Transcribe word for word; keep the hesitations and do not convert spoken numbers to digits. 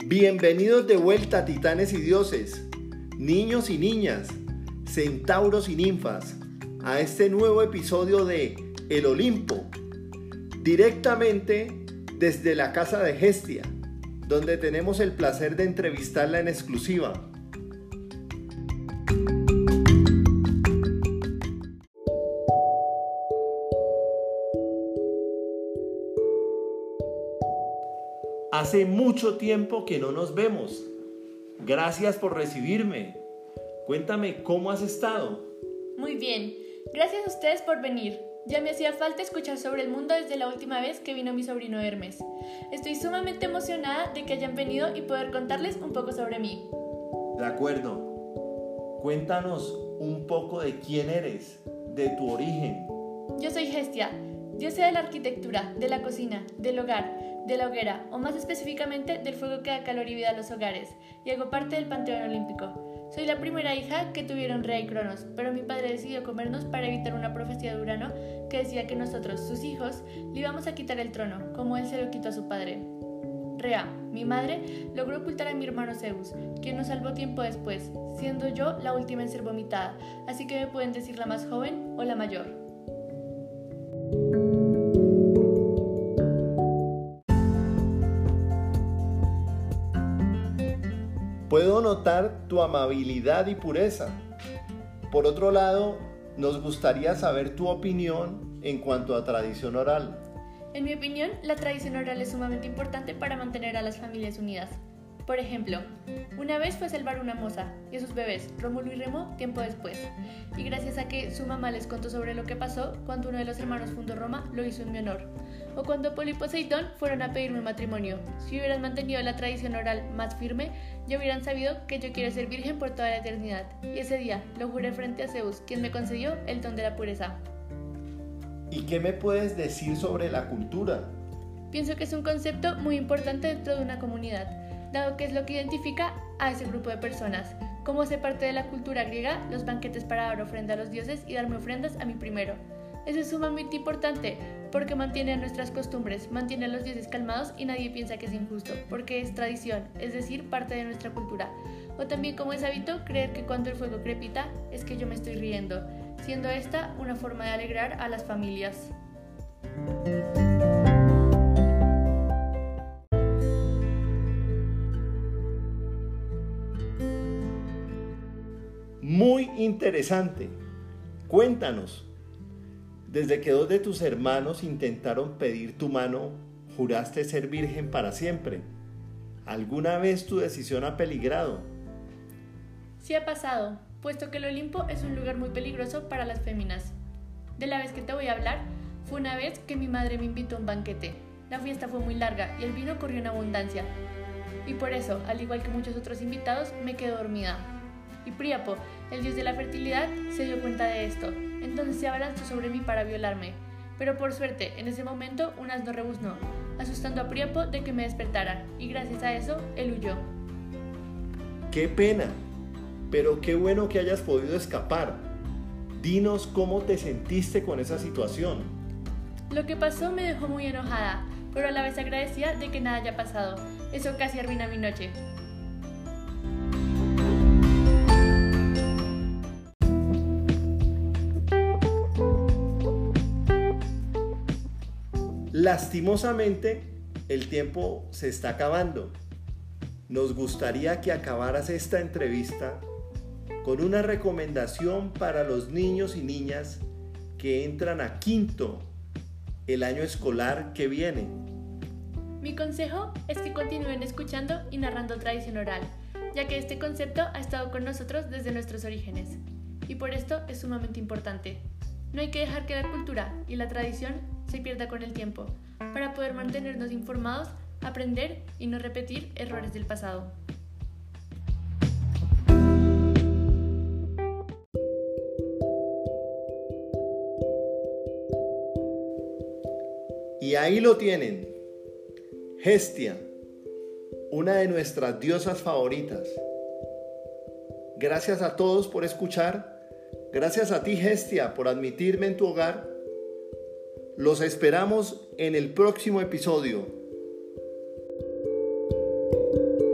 Bienvenidos de vuelta, titanes y dioses, niños y niñas, centauros y ninfas, a este nuevo episodio de El Olimpo, directamente desde la casa de Hestia, donde tenemos el placer de entrevistarla en exclusiva. Hace mucho tiempo que no nos vemos. Gracias por recibirme. Cuéntame, ¿cómo has estado? Muy bien. Gracias a ustedes por venir. Ya me hacía falta escuchar sobre el mundo desde la última vez que vino mi sobrino Hermes. Estoy sumamente emocionada de que hayan venido y poder contarles un poco sobre mí. De acuerdo. Cuéntanos un poco de quién eres, de tu origen. Yo soy Hestia, diosa de la arquitectura, de la cocina, del hogar, de la hoguera, o más específicamente del fuego que da calor y vida a los hogares, y hago parte del panteón olímpico. Soy la primera hija que tuvieron Rea y Cronos, pero mi padre decidió comernos para evitar una profecía de Urano que decía que nosotros, sus hijos, le íbamos a quitar el trono, como él se lo quitó a su padre. Rea, mi madre, logró ocultar a mi hermano Zeus, quien nos salvó tiempo después, siendo yo la última en ser vomitada, así que me pueden decir la más joven o la mayor. Puedo notar tu amabilidad y pureza. Por otro lado, nos gustaría saber tu opinión en cuanto a tradición oral. En mi opinión, la tradición oral es sumamente importante para mantener a las familias unidas. Por ejemplo, una vez fue a salvar una moza y a sus bebés, Rómulo y Remo, tiempo después. Y gracias a que su mamá les contó sobre lo que pasó cuando uno de los hermanos fundó Roma, lo hizo en mi honor. O cuando Apolo y Poseidón fueron a pedirme matrimonio. Si hubieran mantenido la tradición oral más firme, ya hubieran sabido que yo quiero ser virgen por toda la eternidad. Y ese día lo juré frente a Zeus, quien me concedió el don de la pureza. ¿Y qué me puedes decir sobre la cultura? Pienso que es un concepto muy importante dentro de una comunidad, dado que es lo que identifica a ese grupo de personas. Como hace parte de la cultura griega, los banquetes para dar ofrenda a los dioses y darme ofrendas a mí primero. Eso es sumamente importante porque mantiene nuestras costumbres, mantiene a los dioses calmados y nadie piensa que es injusto, porque es tradición, es decir, parte de nuestra cultura. O también como es hábito creer que cuando el fuego crepita es que yo me estoy riendo, siendo esta una forma de alegrar a las familias. Muy interesante. Cuéntanos, desde que dos de tus hermanos intentaron pedir tu mano, juraste ser virgen para siempre. ¿Alguna vez tu decisión ha peligrado? Sí ha pasado, puesto que el Olimpo es un lugar muy peligroso para las féminas. De la vez que te voy a hablar, fue una vez que mi madre me invitó a un banquete. La fiesta fue muy larga y el vino corrió en abundancia. Y por eso, al igual que muchos otros invitados, me quedé dormida. Y Príapo, el dios de la fertilidad, se dio cuenta de esto, entonces se abalanzó sobre mí para violarme. Pero por suerte, en ese momento un asno rebuznó, asustando a Príapo de que me despertara, y gracias a eso, él huyó. ¡Qué pena! Pero qué bueno que hayas podido escapar. Dinos cómo te sentiste con esa situación. Lo que pasó me dejó muy enojada, pero a la vez agradecida de que nada haya pasado. Eso casi arruina mi noche. Lastimosamente, el tiempo se está acabando. Nos gustaría que acabaras esta entrevista con una recomendación para los niños y niñas que entran a quinto el año escolar que viene. Mi consejo es que continúen escuchando y narrando tradición oral, ya que este concepto ha estado con nosotros desde nuestros orígenes, y por esto es sumamente importante. No hay que dejar que la cultura y la tradición se pierda con el tiempo, para poder mantenernos informados, aprender y no repetir errores del pasado. Y ahí lo tienen, Hestia, una de nuestras diosas favoritas. Gracias a todos por escuchar. Gracias a ti, Hestia, por admitirme en tu hogar. Los esperamos en el próximo episodio.